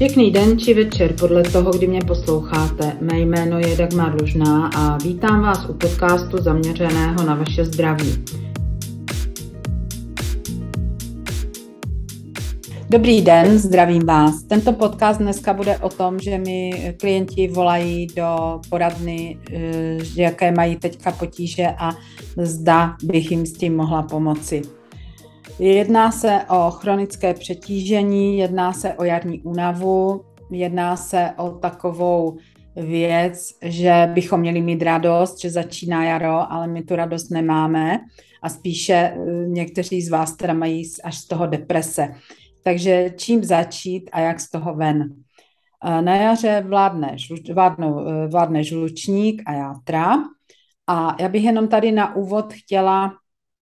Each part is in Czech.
Pěkný den či večer podle toho, kdy mě posloucháte. Mé jméno je Dagmar Lužná a vítám vás u podcastu zaměřeného na vaše zdraví. Dobrý den, zdravím vás. Tento podcast dneska bude o tom, že mi klienti volají do poradny, jaké mají teďka potíže a zda bych jim s tím mohla pomoci. Jedná se o chronické přetížení, jedná se o jarní únavu, jedná se o takovou věc, že bychom měli mít radost, že začíná jaro, ale my tu radost nemáme a spíše někteří z vás teda mají až z toho deprese. Takže čím začít a jak z toho ven? Na jaře vládne žlučník a játra a já bych jenom tady na úvod chtěla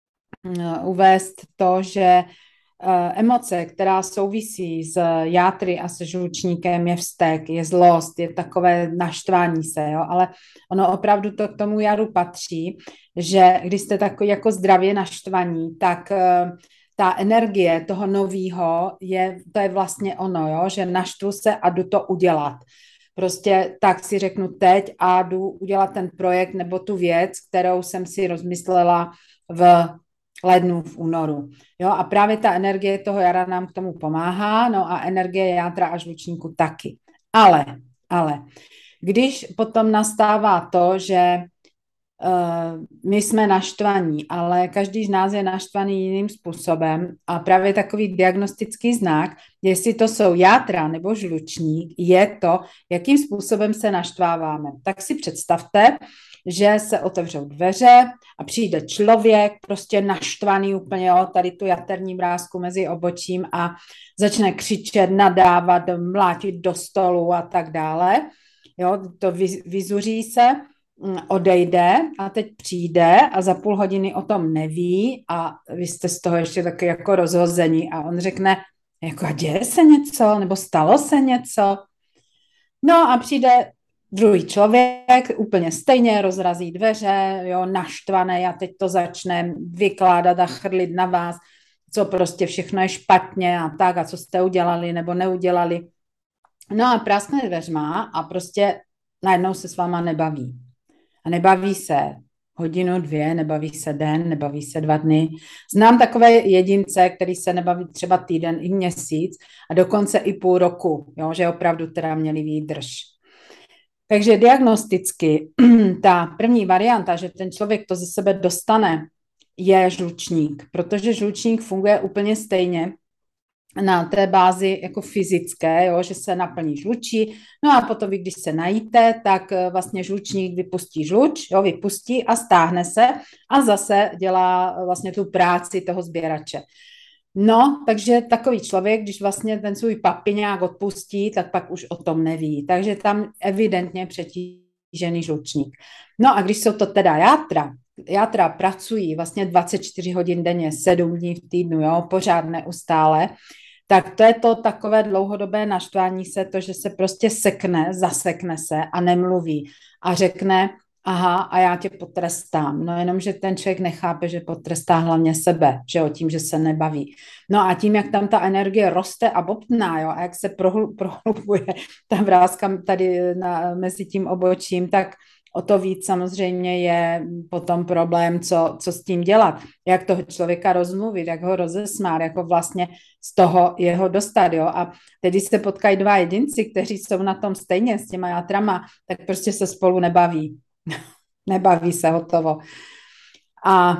uvést to, že emoce, která souvisí s játry a se žlučníkem, je vztek, je zlost, je takové naštvání se, jo? Ale ono opravdu to k tomu jaru patří, že když jste takový jako zdravě naštvaní, tak ta energie toho novýho to je vlastně ono, jo? Že naštvu se a jdu to udělat. Prostě tak si řeknu teď a jdu udělat ten projekt nebo tu věc, kterou jsem si rozmyslela v lednu, v únoru. Jo, a právě ta energie toho jara nám k tomu pomáhá, no a energie játra a žlučníku taky. Ale, když potom nastává to, že my jsme naštvaní, ale každý z nás je naštvaný jiným způsobem a právě takový diagnostický znak, jestli to jsou játra nebo žlučník, je to, jakým způsobem se naštváváme. Tak si představte, že se otevřou dveře a přijde člověk, prostě naštvaný úplně, jo, tady tu jaterní vrásku mezi obočím a začne křičet, nadávat, mlátit do stolu a tak dále. Jo, to vyzuří se, odejde a teď přijde a za půl hodiny o tom neví a vy jste z toho ještě taky jako rozhození a on řekne, jako a děje se něco, nebo stalo se něco. No a přijde druhý člověk, úplně stejně rozrazí dveře, jo, naštvaný a teď to začne vykládat a chrlit na vás, co prostě všechno je špatně a tak a co jste udělali nebo neudělali. No a praskne dveřma a prostě najednou se s váma nebaví. A nebaví se hodinu, dvě, nebaví se den, nebaví se 2 dny. Znám takové jedince, který se nebaví třeba týden i měsíc a dokonce i půl roku, jo, že opravdu teda měli výdrž. Takže diagnosticky ta první varianta, že ten člověk to ze sebe dostane, je žlučník, protože žlučník funguje úplně stejně na té bázi jako fyzické, jo, že se naplní žlučí, no a potom, když se najíte, tak vlastně žlučník vypustí žluč, jo, vypustí a stáhne se a zase dělá vlastně tu práci toho sběrače. No, takže takový člověk, když vlastně ten svůj papiňák odpustí, tak pak už o tom neví. Takže tam evidentně přetížený žlučník. No a když jsou to teda játra pracují vlastně 24 hodin denně, 7 dní v týdnu, jo, pořád neustále, tak to je to takové dlouhodobé naštvání se, to, že se prostě zasekne se a nemluví a řekne, aha, a já tě potrestám. No jenomže ten člověk nechápe, že potrestá hlavně sebe, že jo, tím, že se nebaví. No a tím, jak tam ta energie roste a bobtná, jo, a jak se prohlubuje ta vrázka tady mezi tím obočím, tak o to víc samozřejmě je potom problém, co s tím dělat. Jak toho člověka rozmluvit, jak ho rozesmát, jako vlastně z toho jeho dostat, jo. A tedy se potkají 2 jedinci, kteří jsou na tom stejně s těma játrama, tak prostě se spolu nebaví. Nebaví se, hotovo. A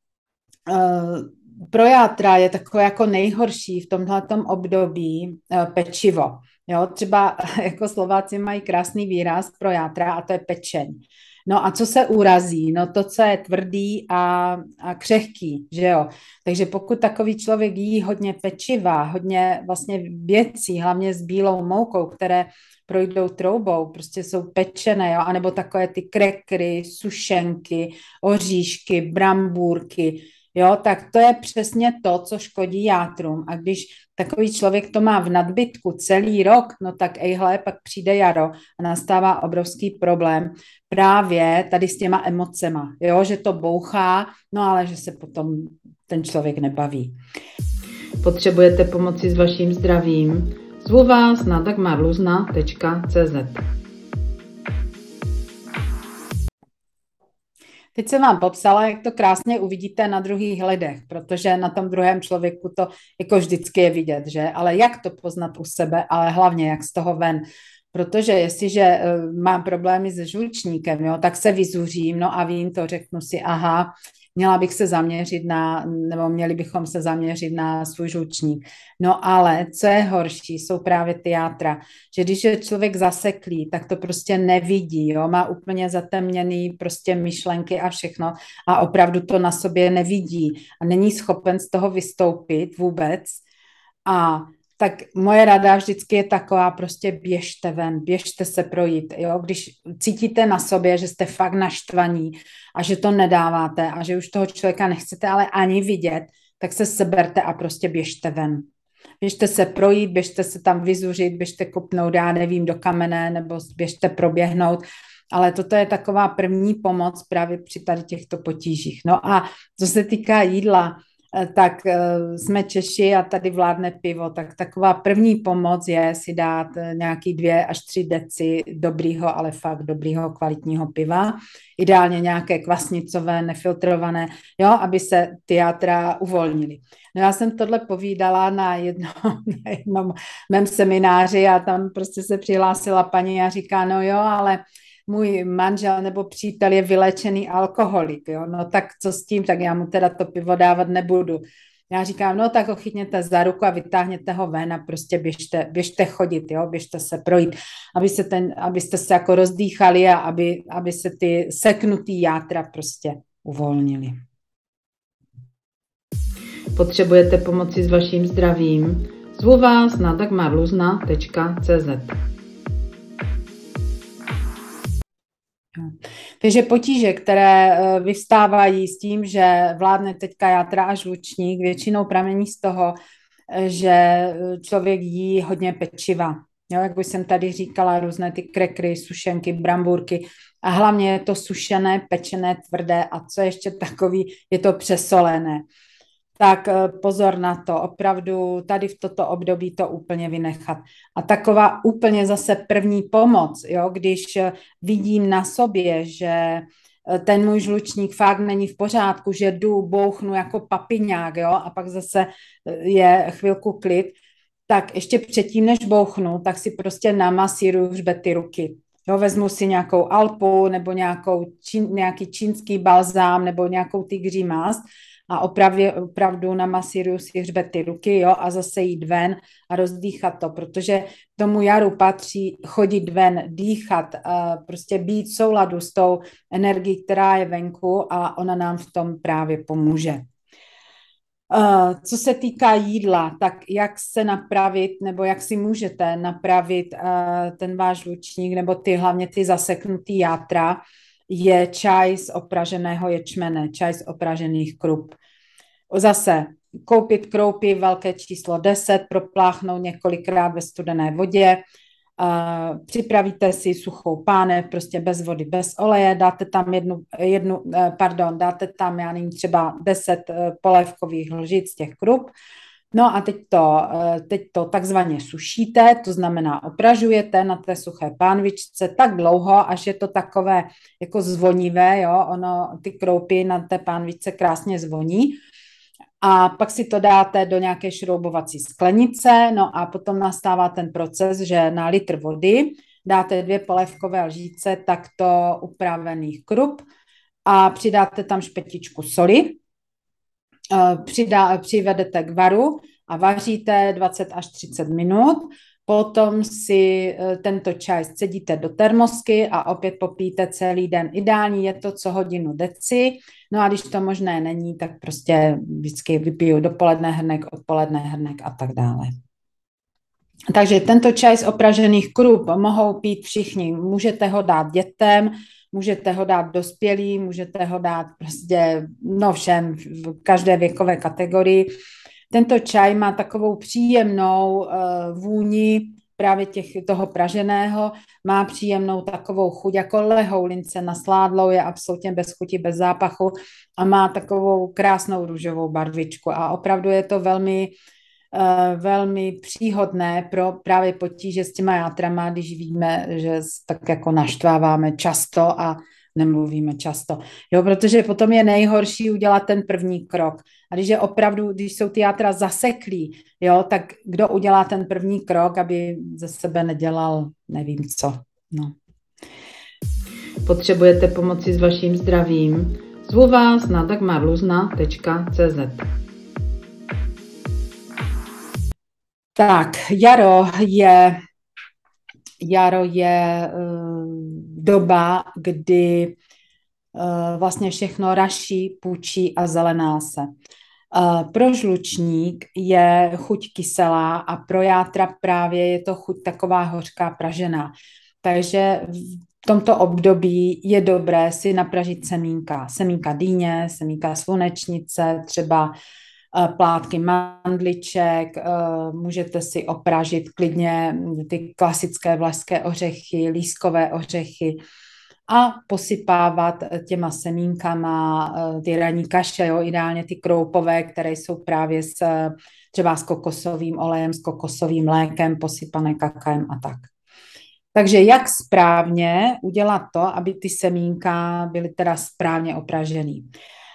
pro játra je takové jako nejhorší v tomhletom období pečivo. Jo, třeba jako Slováci mají krásný výraz pro játra a to je pečeň. No a co se urazí? No to, co je tvrdý a křehký, že jo. Takže pokud takový člověk jí hodně pečiva, hodně vlastně věcí, hlavně s bílou moukou, které projdou troubou, prostě jsou pečené, jo, anebo takové ty krekry, sušenky, oříšky, brambůrky, jo, tak to je přesně to, co škodí játrům. A když takový člověk to má v nadbytku celý rok, no tak ejhle, pak přijde jaro a nastává obrovský problém právě tady s těma emocema, jo, že to bouchá, no ale že se potom ten člověk nebaví. Potřebujete pomoci s vaším zdravím? Zvu vás na dagmarluzna.cz. Teď jsem vám popsala, jak to krásně uvidíte na druhých lidech, protože na tom druhém člověku to jako vždycky je vidět, že? Ale jak to poznat u sebe, ale hlavně jak z toho ven. Protože jestliže mám problémy se žlučníkem, jo, tak se vyzuřím, no a vím to, řeknu si, aha, měla bych se zaměřit nebo měli bychom se zaměřit na svůj žlučník. No ale co je horší, jsou právě ty játra, že když je člověk zaseklý, tak to prostě nevidí, jo, má úplně zatemněný prostě myšlenky a všechno a opravdu to na sobě nevidí a není schopen z toho vystoupit vůbec. A tak moje rada vždycky je taková, prostě běžte ven, běžte se projít, jo, když cítíte na sobě, že jste fakt naštvaní a že to nedáváte a že už toho člověka nechcete ale ani vidět, tak se seberte a prostě běžte ven. Běžte se projít, běžte se tam vyzuřit, běžte kopnout, já nevím, do kamene, nebo běžte proběhnout, ale toto je taková první pomoc právě při tady těchto potížích. No a co se týká jídla, tak jsme Češi a tady vládne pivo, tak taková první pomoc je si dát nějaký 2 až 3 deci dobrýho, ale fakt dobrýho kvalitního piva, ideálně nějaké kvasnicové, nefiltrované, jo, aby se ty játra uvolnily. No já jsem tohle povídala na jednom mém semináři a tam prostě se přihlásila paní a říká, no jo, ale můj manžel nebo přítel je vyléčený alkoholik, jo, no tak co s tím, tak já mu teda to pivo dávat nebudu. Já říkám, no tak ho chytněte za ruku a vytáhněte ho ven a prostě běžte chodit, jo, běžte se projít, abyste se jako rozdýchali a aby se ty seknutý játra prostě uvolnili. Potřebujete pomoci s vaším zdravím? Zvu vás na dagmarluzna.cz. Takže potíže, které vyvstávají s tím, že vládne teďka játra a žlučník, většinou pramení z toho, že člověk jí hodně pečiva. Jo, jak už jsem tady říkala, různé ty krekry, sušenky, brambůrky a hlavně je to sušené, pečené, tvrdé a co ještě takový, je to přesolené. Tak pozor na to, opravdu tady v toto období to úplně vynechat. A taková úplně zase první pomoc, jo, když vidím na sobě, že ten můj žlučník fakt není v pořádku, že bouchnu jako papiňák, jo, a pak zase je chvilku klid, tak ještě předtím, než bouchnu, tak si prostě namasíruju hřbety ruky. Jo, vezmu si nějakou alpu nebo nějaký čínský balzám nebo nějakou tygří mást a opravdu namasíruju si hřbety ruky, jo, a zase jít ven a rozdýchat to, protože tomu jaru patří chodit ven, dýchat, prostě být v souladu s tou energií, která je venku a ona nám v tom právě pomůže. Co se týká jídla, tak jak se napravit, nebo jak si můžete napravit ten váš žlučník, nebo hlavně ty zaseknutý játra, je čaj z opraženého ječmene, čaj z opražených krup. Zase koupit kroupy velké číslo 10, propláchnout několikrát ve studené vodě, připravíte si suchou pánev, prostě bez vody, bez oleje, dáte tam dáte tam, já nevím, třeba 10 polévkových lžic těch krup, no a teď to takzvaně sušíte, to znamená opražujete na té suché pánvičce tak dlouho, až je to takové jako zvonivé, jo, ty kroupy na té pánvičce krásně zvoní. A pak si to dáte do nějaké šroubovací sklenice, no a potom nastává ten proces, že na litr vody dáte 2 polévkové lžíce takto upravených krup a přidáte tam špetičku soli, přivedete k varu a vaříte 20 až 30 minut, potom si tento čaj scedíte do termosky a opět popijte celý den. Ideální je to co hodinu deci, no a když to možné není, tak prostě vždycky vypiju dopoledne hrnek, odpoledne hrnek a tak dále. Takže tento čaj z opražených krup mohou pít všichni. Můžete ho dát dětem, můžete ho dát dospělým, můžete ho dát prostě všem, v každé věkové kategorii. Tento čaj má takovou příjemnou vůni právě toho praženého, má příjemnou takovou chuť jako lehoulince na sládlou, je absolutně bez chuti, bez zápachu a má takovou krásnou růžovou barvičku a opravdu je to velmi velmi příhodné pro právě potíže s těma játrama, když víme, že tak jako naštváváme často a nemluvíme často. Jo, protože potom je nejhorší udělat ten první krok. A když je opravdu, když jsou ty játra zaseklí, jo, tak kdo udělá ten první krok, aby ze sebe nedělal nevím co. No. Potřebujete pomoci s vaším zdravím? Zvu vás na dagmarluzna.cz. Tak, jaro je doba, kdy vlastně všechno raší, půjčí a zelená se. Pro žlučník je chuť kyselá a pro játra právě je to chuť taková hořká pražená. Takže v tomto období je dobré si napražit semínka. Semínka dýně, semínka slunečnice, třeba plátky mandliček, můžete si opražit klidně ty klasické vlašské ořechy, lískové ořechy a posypávat těma semínkama ty ranní kaše, jo, ideálně ty kroupové, které jsou právě třeba s kokosovým olejem, s kokosovým mlékem, posypané kakaem a tak. Takže jak správně udělat to, aby ty semínka byly teda správně opražený.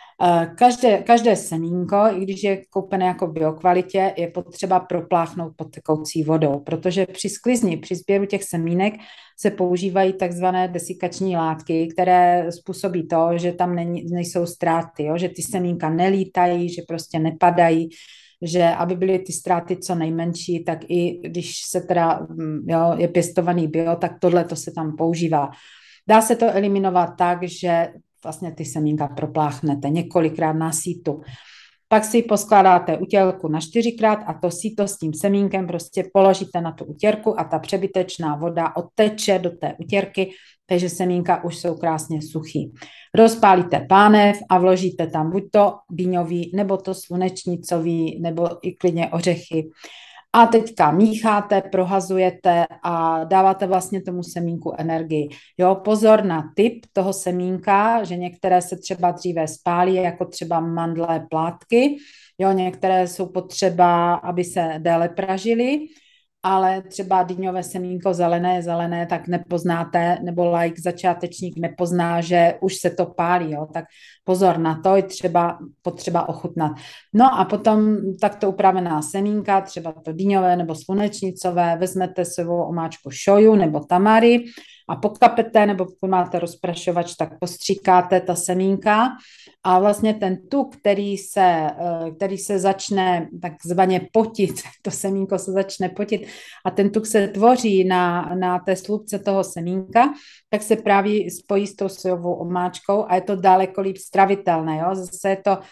Každé semínko, i když je koupené jako v biokvalitě, je potřeba propláchnout pod tekoucí vodou, protože při sklizni, při sběru těch semínek se používají takzvané desikační látky, které způsobí to, že tam nejsou ztráty, jo? Že ty semínka nelítají, že prostě nepadají, že aby byly ty ztráty co nejmenší, tak i když se teda je pěstovaný bio, tak tohle to se tam používá. Dá se to eliminovat tak, že vlastně ty semínka propláchnete několikrát na sítu. Pak si poskládáte utělku na 4krát a to síto s tím semínkem prostě položíte na tu utěrku a ta přebytečná voda odteče do té utěrky, takže semínka už jsou krásně suchý. Rozpálíte pánev a vložíte tam buď to dýňový, nebo to slunečnicový, nebo i klidně ořechy. A teďka mícháte, prohazujete a dáváte vlastně tomu semínku energii. Jo, pozor na typ toho semínka, že některé se třeba dříve spálí, jako třeba mandlé plátky. Jo, některé jsou potřeba, aby se déle pražily, ale třeba dýňové semínko zelené, tak nepoznáte, nebo začátečník nepozná, že už se to pálí, jo, tak pozor na to, je potřeba ochutnat. No a potom takto upravená semínka, třeba to dýňové nebo slunečnicové, vezmete svou omáčku šoju nebo tamary a pokapete, nebo pokud máte rozprašovač, tak postříkáte ta semínka a vlastně ten tuk, který se začne takzvaně potit, to semínko se začne potit a ten tuk se tvoří na té slupce toho semínka, tak se právě spojí s tou sojovou omáčkou a je to daleko líp stravitelné. Jo? Zase je to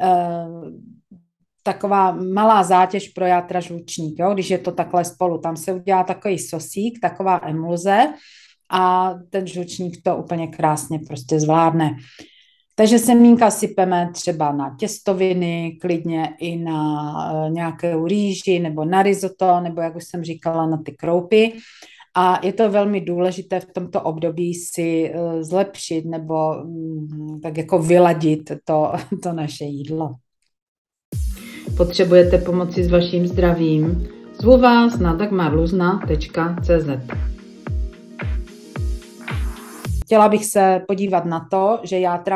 taková malá zátěž pro játra žlučník, jo? Když je to takhle spolu. Tam se udělá takový sosík, taková emulze a ten žlučník to úplně krásně prostě zvládne. Takže semínka sypeme třeba na těstoviny, klidně i na nějakou rýži nebo na risotto, nebo jak už jsem říkala, na ty kroupy. A je to velmi důležité v tomto období si zlepšit nebo tak jako vyladit to naše jídlo. Potřebujete pomoci s vaším zdravím? Zvu vás na dagmarluzna.cz. Chtěla bych se podívat na to, že játra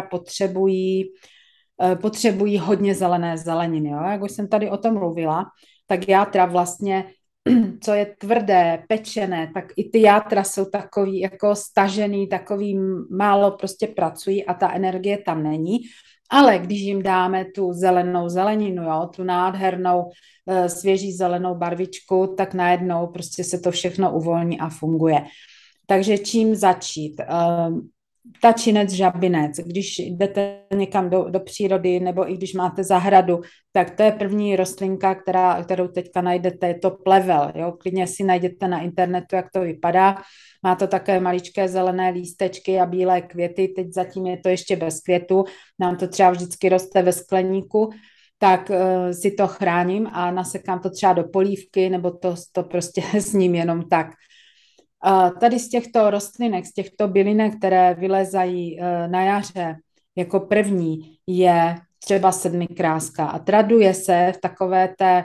potřebují hodně zelené zeleniny. Jo? Jak už jsem tady o tom mluvila, tak játra vlastně, co je tvrdé, pečené, tak i ty játra jsou takový jako stažený, takový málo prostě pracují a ta energie tam není. Ale když jim dáme tu zelenou zeleninu, jo, tu nádhernou svěží zelenou barvičku, tak najednou prostě se to všechno uvolní a funguje. Takže čím začít? Tačinec, žabinec. Když jdete někam do přírody nebo i když máte zahradu, tak to je první rostlinka, kterou teďka najdete, je to plevel. Jo? Klidně si najděte na internetu, jak to vypadá. Má to také maličké zelené lístečky a bílé květy. Teď zatím je to ještě bez květu. Nám to třeba vždycky roste ve skleníku, tak si to chráním a nasekám to třeba do polívky nebo to prostě s ním jenom tak. Tady z těchto rostlinek, z těchto bylinek, které vylezají na jaře, jako první je třeba sedmikráska a traduje se v takové té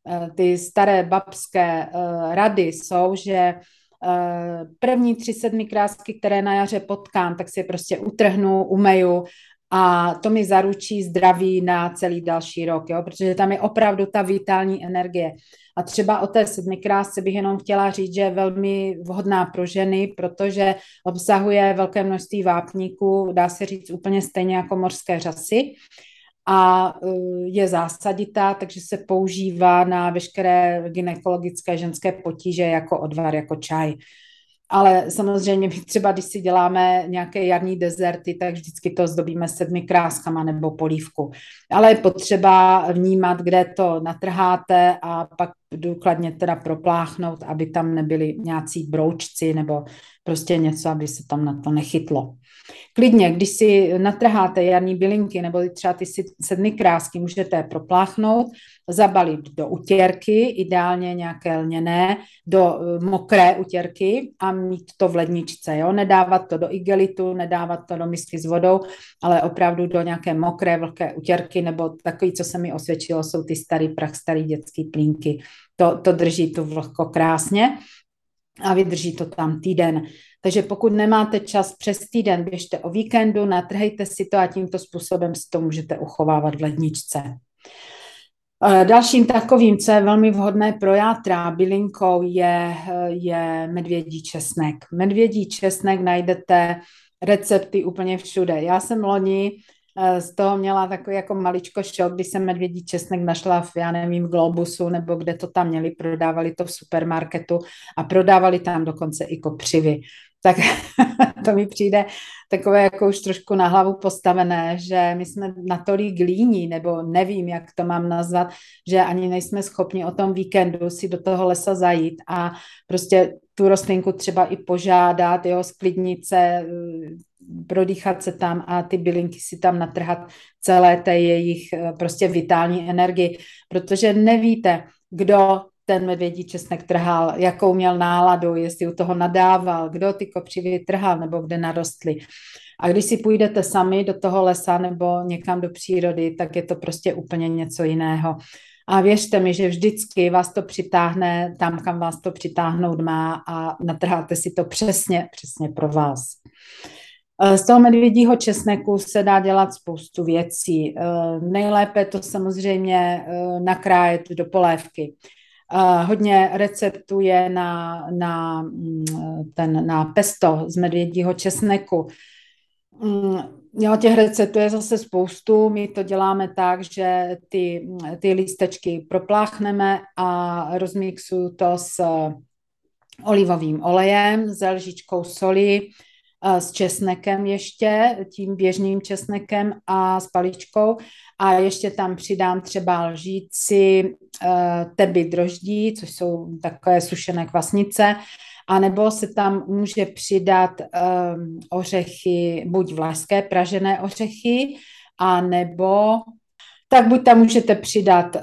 ty staré babské rady jsou, že první 3 sedmikrásky, které na jaře potkám, tak si je prostě utrhnu, umeju a to mi zaručí zdraví na celý další rok, jo? Protože tam je opravdu ta vitální energie. A třeba o té sedmikrásce bych jenom chtěla říct, že je velmi vhodná pro ženy, protože obsahuje velké množství vápníků, dá se říct úplně stejně jako mořské řasy a je zásaditá, takže se používá na veškeré gynekologické ženské potíže jako odvar, jako čaj. Ale samozřejmě třeba, když si děláme nějaké jarní dezerty, tak vždycky to zdobíme 7 kráskama nebo polívku. Ale je potřeba vnímat, kde to natrháte a pak důkladně teda propláchnout, aby tam nebyly nějací broučci nebo prostě něco, aby se tam na to nechytlo. Klidně, když si natrháte jarní bylinky nebo třeba ty 7 krásky, můžete je propláchnout, zabalit do utěrky, ideálně nějaké lněné, do mokré utěrky a mít to v ledničce. Jo? Nedávat to do igelitu, nedávat to do misky s vodou, ale opravdu do nějaké mokré, vlhké utěrky, nebo takový, co se mi osvědčilo, jsou ty starý prach, starý dětský plínky. To drží tu vlhko krásně a vydrží to tam týden. Takže pokud nemáte čas přes týden, běžte o víkendu, natrhejte si to a tímto způsobem si to můžete uchovávat v ledničce. Dalším takovým, co je velmi vhodné pro játra, bylinkou je medvědí česnek. Medvědí česnek najdete recepty úplně všude. Já jsem loni z toho měla takový jako maličko šok, když jsem medvědí česnek našla v, já nevím, v Globusu, nebo kde to tam měli, prodávali to v supermarketu a prodávali tam dokonce i kopřivy. Tak to mi přijde takové jako už trošku na hlavu postavené, že my jsme natolik líní, nebo nevím, jak to mám nazvat, že ani nejsme schopni o tom víkendu si do toho lesa zajít a prostě tu rostlinku třeba i požádat, jo, sklidnit se, prodýchat se tam a ty bylinky si tam natrhat celé té jejich prostě vitální energii, protože nevíte, kdo ten medvědí česnek trhal, jakou měl náladu, jestli u toho nadával, kdo ty kopřivy trhal nebo kde narostly. A když si půjdete sami do toho lesa nebo někam do přírody, tak je to prostě úplně něco jiného. A věřte mi, že vždycky vás to přitáhne tam, kam vás to přitáhnout má a natrháte si to přesně pro vás. Z toho medvědího česneku se dá dělat spoustu věcí. Nejlépe to samozřejmě nakrájet do polévky. Hodně receptů je na pesto z medvědího česneku. Jo, těch receptů je zase spoustu. My to děláme tak, že ty lístečky propláchneme a rozmixuju to s olivovým olejem, s lžičkou soli, s česnekem ještě, tím běžným česnekem a s paličkou a ještě tam přidám třeba lžíci teby droždí, což jsou takové sušené kvasnice, anebo se tam může přidat ořechy, buď vlašské pražené ořechy, a nebo tak buď tam můžete přidat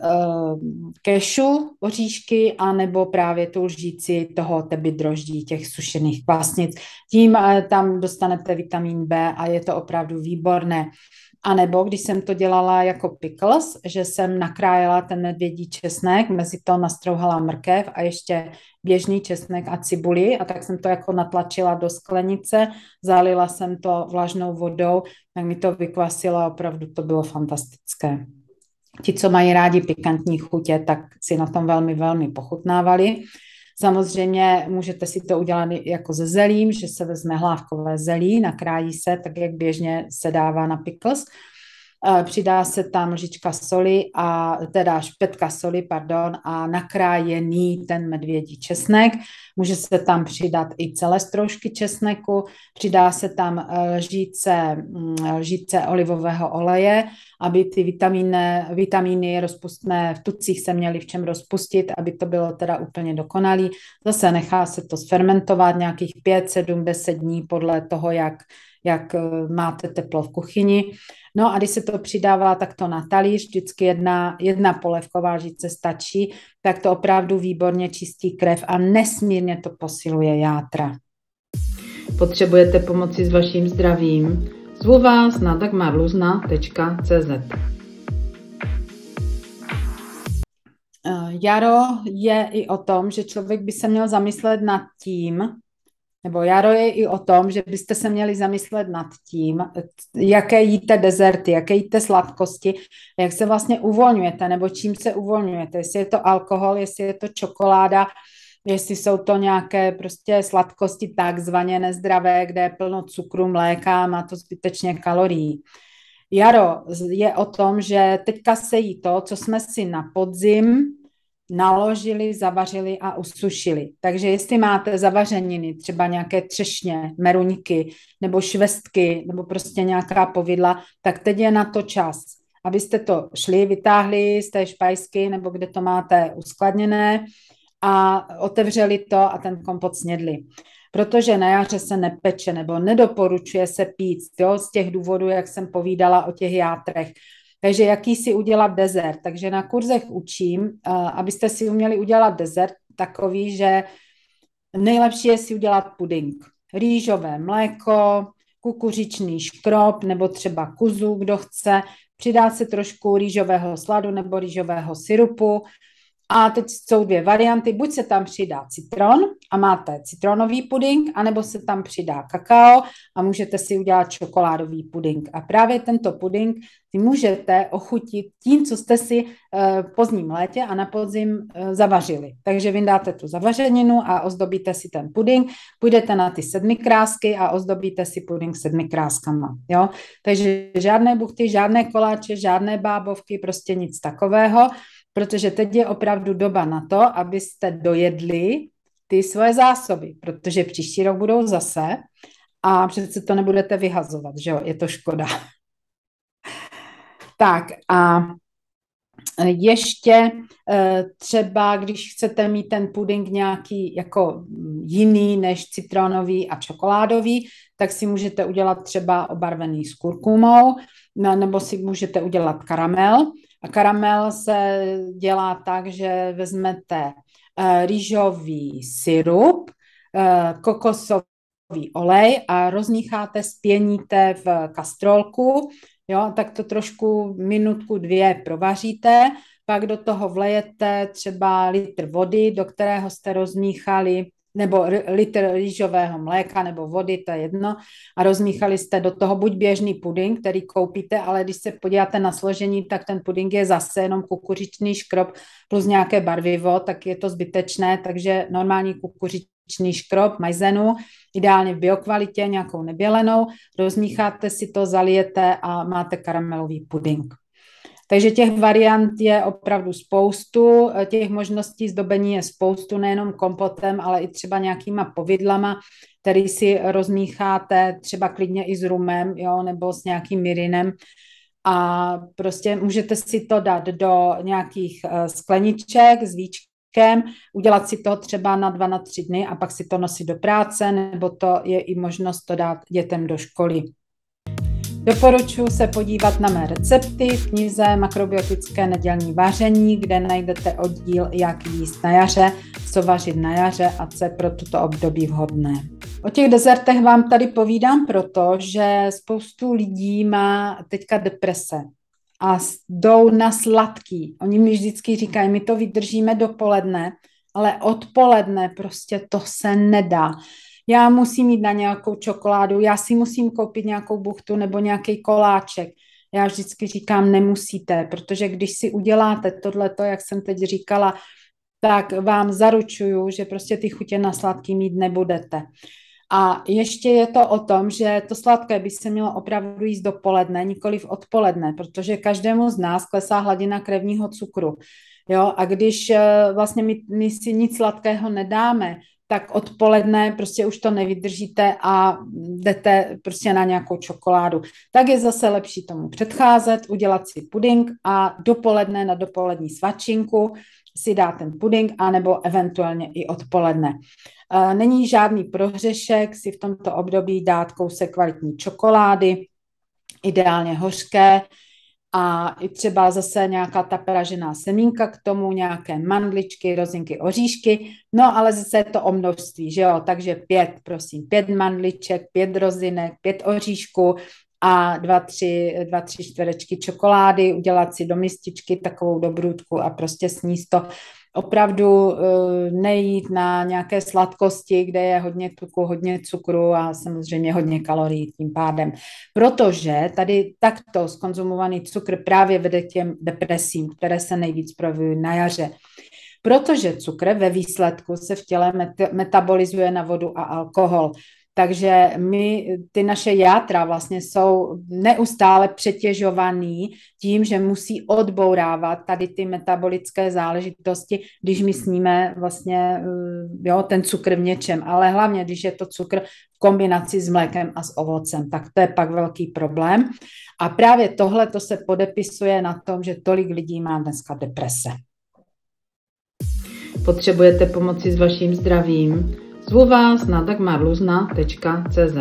kešu, oříšky, anebo právě tu lžíci toho teby droždí, těch sušených kvasnic. Tím tam dostanete vitamin B a je to opravdu výborné. A nebo když jsem to dělala jako pickles, že jsem nakrájela ten medvědí česnek, mezi to nastrouhala mrkev a ještě běžný česnek a cibuli a tak jsem to jako natlačila do sklenice, zalila jsem to vlažnou vodou, tak mi to vykvasilo a opravdu to bylo fantastické. Ti, co mají rádi pikantní chutě, tak si na tom velmi, velmi pochutnávali. Samozřejmě můžete si to udělat jako ze zelím, že se vezme hlávkové zelí, nakrájí se, tak jak běžně se dává na pickles. Přidá se tam lžička soli špetka soli, a nakrájený ten medvědí česnek. Může se tam přidat i celé stroužky česneku, přidá se tam lžíce olivového oleje, aby ty vitamíny rozpustné v tucích se měly v čem rozpustit, aby to bylo teda úplně dokonalý. Zase nechá se to sfermentovat nějakých 5, 7, 10 dní podle toho, jak máte teplo v kuchyni. No a když se to přidává takto na talíř, vždycky jedna polévková lžíce stačí, tak to opravdu výborně čistí krev a nesmírně to posiluje játra. Potřebujete pomoci s vaším zdravím? Zvu vás na dagmarluzna.cz. Jaro je i o tom, že člověk by se měl zamyslet nad tím, nebo jaro je i o tom, že byste se měli zamyslet nad tím, jaké jíte dezerty, jaké jíte sladkosti, jak se vlastně uvolňujete, nebo čím se uvolňujete, jestli je to alkohol, jestli je to čokoláda, jestli jsou to nějaké prostě sladkosti takzvaně nezdravé, kde je plno cukru, mléka, má to zbytečně kalorií. Jaro je o tom, že teďka se jí to, co jsme si na podzim naložili, zavařili a usušili. Takže jestli máte zavařeniny, třeba nějaké třešně, meruňky nebo švestky nebo prostě nějaká povidla, tak teď je na to čas, abyste to šli, vytáhli z té špajsky nebo kde to máte uskladněné a otevřeli to a ten kompot snědli. Protože na jaře se nepeče nebo nedoporučuje se pít, jo, z těch důvodů, jak jsem povídala o těch játrech. Takže jaký si udělat dezert. Takže na kurzech učím, abyste si uměli udělat dezert takový, že nejlepší je si udělat puding. Rýžové mléko, kukuřičný škrob nebo třeba kuzu, kdo chce. Přidá se trošku rýžového sladu nebo rýžového syrupu. A teď jsou dvě varianty, buď se tam přidá citron a máte citronový puding, anebo se tam přidá kakao a můžete si udělat čokoládový puding. A právě tento puding si můžete ochutit tím, co jste si v pozdním létě a na podzim zavařili. Takže vyndáte tu zavařeninu a ozdobíte si ten puding, půjdete na ty sedmikrásky a ozdobíte si puding sedmikráskama. Jo? Takže žádné buchty, žádné koláče, žádné bábovky, prostě nic takového. Protože teď je opravdu doba na to, abyste dojedli ty svoje zásoby, protože příští rok budou zase a přece to nebudete vyhazovat, že jo, je to škoda. Tak a ještě třeba, když chcete mít ten puding nějaký jako jiný než citronový a čokoládový, tak si můžete udělat třeba obarvený s kurkumou, nebo si můžete udělat karamel. A karamel se dělá tak, že vezmete rýžový syrup, kokosový olej a rozmícháte, spěníte v kastrolku, jo, tak to trošku minutku, dvě provaříte, pak do toho vlejete třeba litr vody, do kterého jste rozmíchali, nebo litr rýžového mléka nebo vody, to je jedno, a rozmíchali jste do toho buď běžný puding, který koupíte, ale když se podíváte na složení, tak ten puding je zase jenom kukuřičný škrob plus nějaké barvivo, tak je to zbytečné, takže normální kukuřičný škrob, maizenu, ideálně v biokvalitě, nějakou nebělenou, rozmícháte si to, zalijete a máte karamelový puding. Takže těch variant je opravdu spoustu, těch možností zdobení je spoustu, nejenom kompotem, ale i třeba nějakýma povidlama, který si rozmícháte třeba klidně i s rumem, jo, nebo s nějakým mirinem. A prostě můžete si to dát do nějakých skleniček s víčkem, udělat si to třeba na 2, na 3 dny a pak si to nosit do práce, nebo to je i možnost to dát dětem do školy. Doporučuji se podívat na mé recepty v knize Makrobiotické nedělní vaření, kde najdete oddíl, jak jíst na jaře, co vařit na jaře a co je pro tuto období vhodné. O těch dezertech vám tady povídám proto, že spoustu lidí má teďka deprese a jdou na sladký. Oni mi vždycky říkají, my to vydržíme dopoledne, ale odpoledne prostě to se nedá. Já musím jít na nějakou čokoládu, já si musím koupit nějakou buchtu nebo nějaký koláček. Já vždycky říkám, nemusíte, protože když si uděláte tohleto, jak jsem teď říkala, tak vám zaručuju, že prostě ty chutě na sladký mít nebudete. A ještě je to o tom, že to sladké by se mělo opravdu jíst dopoledne, nikoliv odpoledne, protože každému z nás klesá hladina krevního cukru. Jo? A když vlastně my si nic sladkého nedáme, tak odpoledne prostě už to nevydržíte a jdete prostě na nějakou čokoládu. Tak je zase lepší tomu předcházet, udělat si puding a dopoledne na dopolední svačinku si dát ten puding, anebo eventuálně i odpoledne. Není žádný prohřešek si v tomto období dát kousek kvalitní čokolády, ideálně hořké, a i třeba zase nějaká ta pražená semínka k tomu, nějaké mandličky, rozinky, oříšky, no ale zase je to o množství, že jo, takže 5 mandliček, 5 rozinek, 5 oříšků a dva, tři čtverečky čokolády, udělat si do mističky takovou dobrůdku a prostě sníst to. Opravdu nejít na nějaké sladkosti, kde je hodně tuku, hodně cukru a samozřejmě hodně kalorií tím pádem. Protože tady takto skonzumovaný cukr právě vede k těm depresím, které se nejvíc projevují na jaře. Protože cukr ve výsledku se v těle metabolizuje na vodu a alkohol. Takže ty naše játra vlastně jsou neustále přetěžovaný tím, že musí odbourávat tady ty metabolické záležitosti, když my sníme vlastně ten cukr v něčem, ale hlavně, když je to cukr v kombinaci s mlékem a s ovocem, tak to je pak velký problém. A právě tohle to se podepisuje na tom, že tolik lidí má dneska deprese. Potřebujete pomoci s vaším zdravím? Zvu vás na dagmarluzna.cz.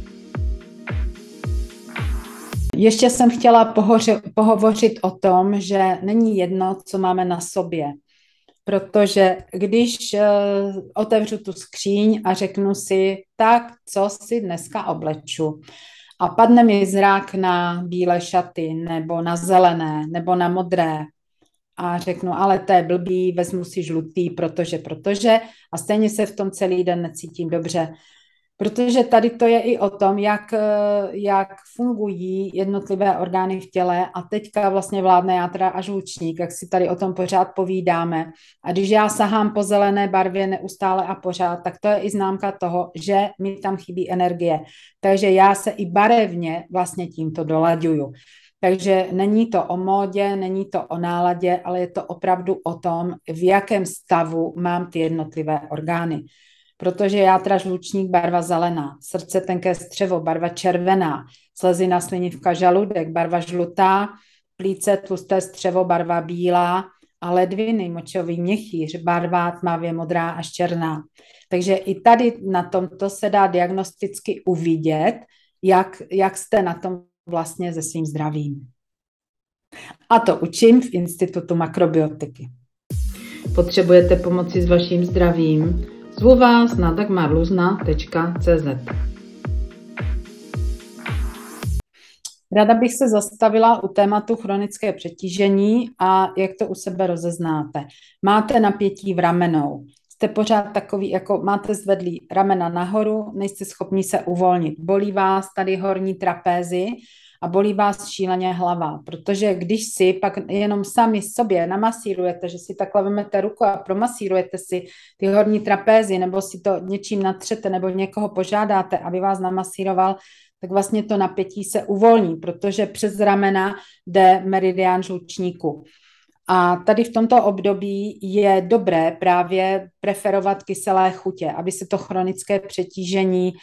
Ještě jsem chtěla pohovořit o tom, že není jedno, co máme na sobě. Protože když otevřu tu skříň a řeknu si, tak co si dneska obleču, a padne mi zrak na bílé šaty, nebo na zelené, nebo na modré, a řeknu, ale to je blbý, vezmu si žlutý, protože a stejně se v tom celý den necítím dobře. Protože tady to je i o tom, jak fungují jednotlivé orgány v těle a teďka vlastně vládne játra a žlučník, jak si tady o tom pořád povídáme. A když já sahám po zelené barvě neustále a pořád, tak to je i známka toho, že mi tam chybí energie. Takže já se i barevně vlastně tímto dolaďuju. Takže není to o módě, není to o náladě, ale je to opravdu o tom, v jakém stavu mám ty jednotlivé orgány. Protože játra žlučník barva zelená, srdce tenké střevo barva červená, slezina slinivka žaludek barva žlutá, plíce tlusté střevo barva bílá a ledviny močový měchýř barva tmavě modrá až černá. Takže i tady na tomto se dá diagnosticky uvidět, jak jste na tom vlastně se svým zdravím. A to učím v Institutu makrobiotiky. Potřebujete pomoci s vaším zdravím? Zvu vás na dagmarluzna.cz. Ráda bych se zastavila u tématu chronické přetížení a jak to u sebe rozeznáte. Máte napětí v ramenou. Jste pořád takový, jako máte zvedlý ramena nahoru, nejste schopni se uvolnit. Bolí vás tady horní trapézy a bolí vás šíleně hlava, protože když si pak jenom sami sobě namasírujete, že si takhle vemete ruku a promasírujete si ty horní trapézy, nebo si to něčím natřete, nebo někoho požádáte, aby vás namasíroval, tak vlastně to napětí se uvolní, protože přes ramena jde meridián žlučníku. A tady v tomto období je dobré právě preferovat kyselé chutě, aby se to chronické přetížení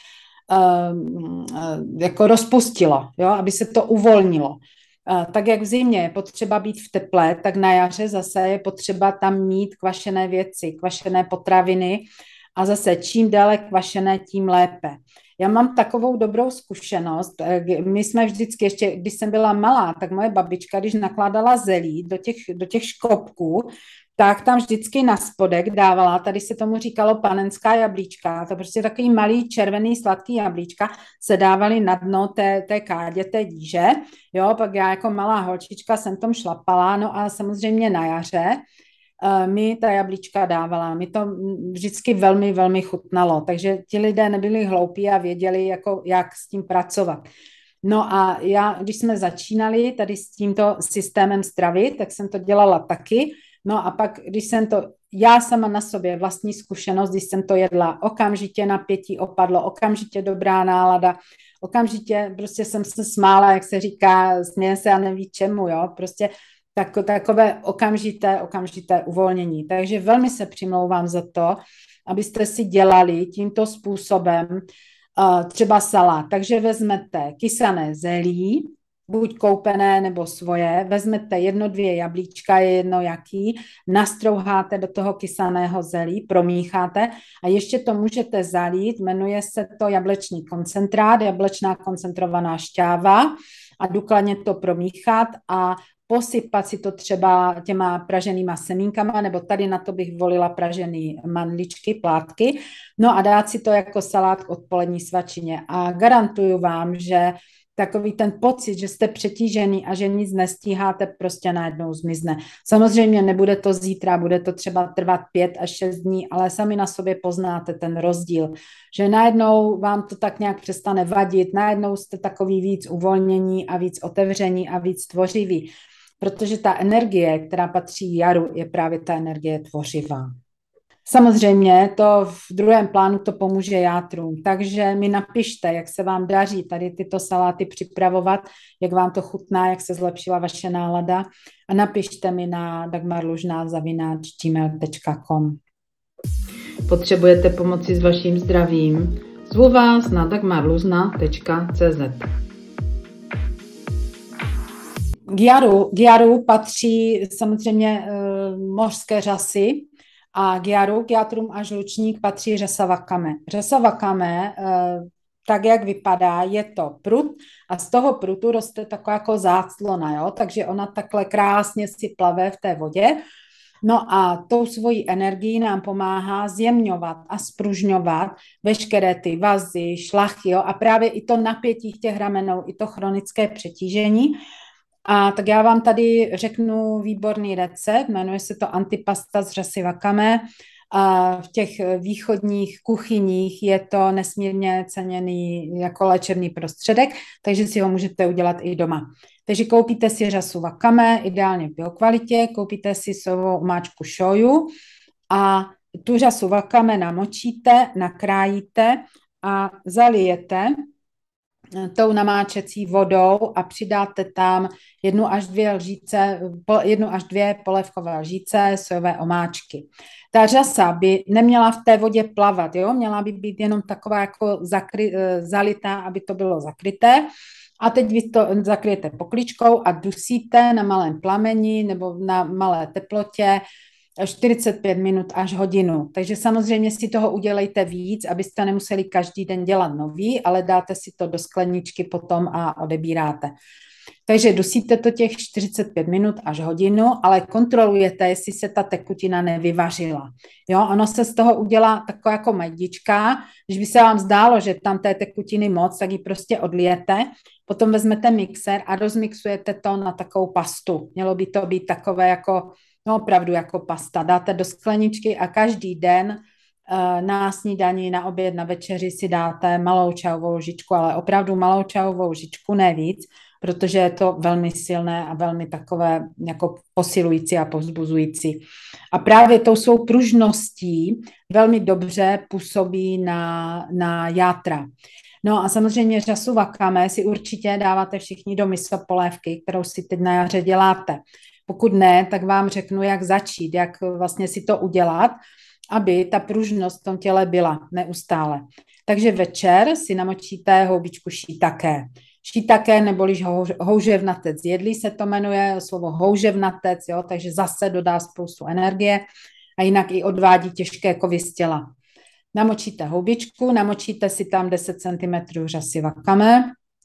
jako rozpustilo, jo? Aby se to uvolnilo. Tak jak v zimě je potřeba být v teple, tak na jaře zase je potřeba tam mít kvašené věci, kvašené potraviny a zase čím déle kvašené, tím lépe. Já mám takovou dobrou zkušenost. My jsme vždycky, ještě když jsem byla malá, tak moje babička, když nakládala zelí do těch škopků, tak tam vždycky na spodek dávala, tady se tomu říkalo panenská jablíčka, to prostě takový malý červený sladký jablíčka se dávaly na dno té kádě, té díže, jo, pak já jako malá holčička jsem tom šlapala, no a samozřejmě na jaře mi ta jablíčka dávala, mi to vždycky velmi, velmi chutnalo, takže ti lidé nebyli hloupí a věděli, jako, jak s tím pracovat. No a když jsme začínali tady s tímto systémem stravy, tak jsem to dělala taky. No a pak, když jsem to, já sama na sobě vlastní zkušenost, když jsem to jedla, okamžitě napětí opadlo, okamžitě dobrá nálada, okamžitě prostě jsem se smála, jak se říká, směje se a neví čemu, jo, prostě takové okamžité uvolnění. Takže velmi se přimlouvám za to, abyste si dělali tímto způsobem třeba salát. Takže vezmete kysané zelí, buď koupené nebo svoje, vezmete 1, 2 jablíčka, je jedno jaký, nastrouháte do toho kysaného zelí, promícháte a ještě to můžete zalít, jmenuje se to jablečný koncentrát, jablečná koncentrovaná šťáva a důkladně to promíchat a posypat si to třeba těma praženýma semínkama, nebo tady na to bych volila pražený mandličky, plátky, no a dát si to jako salát k odpolední svačině. A garantuju vám, že takový ten pocit, že jste přetížený a že nic nestíháte, prostě najednou zmizne. Samozřejmě nebude to zítra, bude to třeba trvat 5 až 6 dní, ale sami na sobě poznáte ten rozdíl, že najednou vám to tak nějak přestane vadit, najednou jste takový víc uvolnění a víc otevření a víc tvořivý, protože ta energie, která patří jaru, je právě ta energie tvořivá. Samozřejmě to v druhém plánu to pomůže játrům, takže mi napište, jak se vám daří tady tyto saláty připravovat, jak vám to chutná, jak se zlepšila vaše nálada a napište mi na dagmarlužna@gmail.com. Potřebujete pomoci s vaším zdravím? Zvu vás na dagmarlužna.cz. K jaru patří samozřejmě mořské řasy, a k játrům a žlučník patří řasa wakame. Řasa wakame, tak jak vypadá, je to prut a z toho prutu roste taková jako záclona, jo? Takže ona takhle krásně si plave v té vodě. No a tou svojí energií nám pomáhá zjemňovat a spružňovat veškeré ty vazy, šlachy, jo? A právě i to napětí těch ramenou, i to chronické přetížení. A tak já vám tady řeknu výborný recept, jmenuje se to antipasta z řasy wakame. A v těch východních kuchyních je to nesmírně ceněný jako léčebný prostředek, takže si ho můžete udělat i doma. Takže koupíte si řasu wakame, ideálně v biokvalitě, koupíte si sojovou omáčku shoyu a tu řasu wakame namočíte, nakrájíte a zalijete tou namáčecí vodou a přidáte tam 1 až 2 polévkové lžíce sojové omáčky. Ta řasa by neměla v té vodě plavat, jo? Měla by být jenom taková jako zalitá, aby to bylo zakryté. A teď vy to zakryjete pokličkou a dusíte na malém plameni nebo na malé teplotě 45 minut až hodinu. Takže samozřejmě si toho udělejte víc, abyste nemuseli každý den dělat nový, ale dáte si to do skleničky potom a odebíráte. Takže dusíte to těch 45 minut až hodinu, ale kontrolujete, jestli se ta tekutina nevyvařila. Jo, ono se z toho udělá taková jako majdička, když by se vám zdálo, že tam té tekutiny moc, tak ji prostě odlijete, potom vezmete mixer a rozmixujete to na takovou pastu. Mělo by to být takové jako no opravdu jako pasta. Dáte do skleničky a každý den na snídani, na oběd, na večeři si dáte malou čajovou lžičku, ale opravdu malou čajovou lžičku, ne víc, protože je to velmi silné a velmi takové jako posilující a povzbuzující. A právě tou svou pružností velmi dobře působí na játra. No a samozřejmě řasu wakame si určitě dáváte všichni do miso polévky, kterou si teď na jaře děláte. Pokud ne, tak vám řeknu, jak začít, jak vlastně si to udělat, aby ta pružnost v tom těle byla neustále. Takže večer si namočíte houbičku shiitake. Shiitake neboliž houževnatec jedlí se to jmenuje, slovo houževnatec, jo, takže zase dodá spoustu energie a jinak i odvádí těžké kovy z těla. Namočíte houbičku, namočíte si tam 10 cm řasy wakame,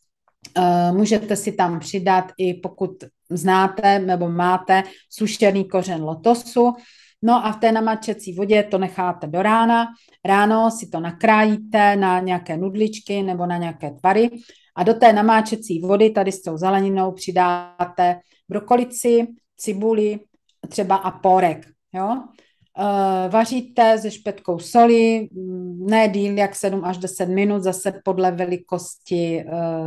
můžete si tam přidat i pokud znáte nebo máte sušený kořen lotosu. No a v té namačecí vodě to necháte do rána. Ráno si to nakrájíte na nějaké nudličky nebo na nějaké tvary a do té namáčecí vody tady s tou zeleninou přidáte brokolici, cibuli, třeba a pórek. Jo? Vaříte se špetkou soli, ne díl jak 7 až 10 minut, zase podle velikosti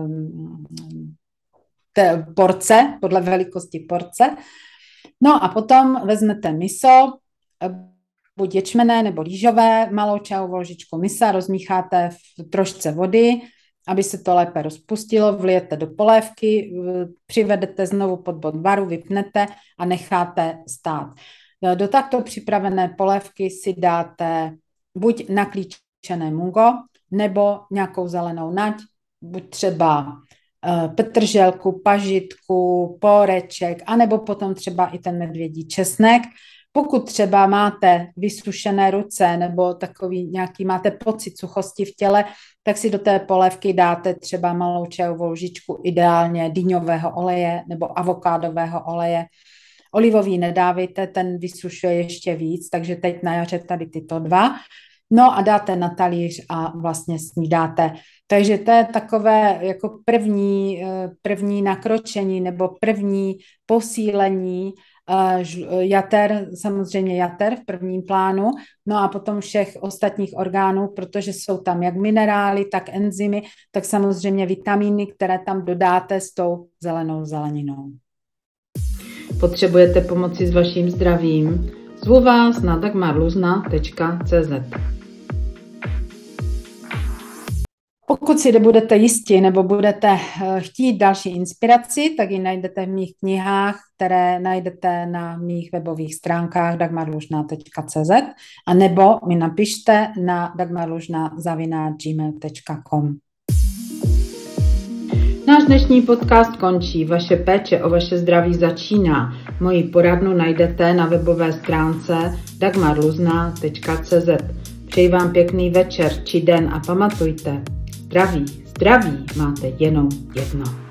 porce, podle velikosti porce. No a potom vezmete miso, buď ječmenné nebo rýžové, malou čajovou lžičku misa, rozmícháte v trošce vody, aby se to lépe rozpustilo, vlijete do polévky, přivedete znovu pod bod varu, vypnete a necháte stát. Do takto připravené polévky si dáte buď naklíčené mungo, nebo nějakou zelenou nať, buď třeba petrželku, pažitku, póreček, anebo potom třeba i ten medvědí česnek. Pokud třeba máte vysušené ruce nebo takový nějaký máte pocit suchosti v těle, tak si do té polévky dáte třeba malou čajovou lžičku, ideálně dýňového oleje nebo avokádového oleje. Olivový nedávejte, ten vysušuje ještě víc, takže teď na jaře tady tyto dva. No a dáte na talíř a vlastně snídáte. Takže to je takové jako první nakročení nebo první posílení samozřejmě jater v prvním plánu, no a potom všech ostatních orgánů, protože jsou tam jak minerály, tak enzymy, tak samozřejmě vitamíny, které tam dodáte s tou zelenou zeleninou. Potřebujete pomoci s vaším zdravím? Zvu vás na dagmarluzna.cz. Pokud si nebudete jistí nebo budete chtít další inspiraci, tak ji najdete v mých knihách, které najdete na mých webových stránkách dagmarluzna.cz a nebo mi napište na dagmarluzna@gmail.com. Náš dnešní podcast končí. Vaše péče o vaše zdraví začíná. Moji poradnu najdete na webové stránce dagmarluzna.cz. Přeji vám pěkný večer či den a pamatujte, zdraví máte jenom jedno.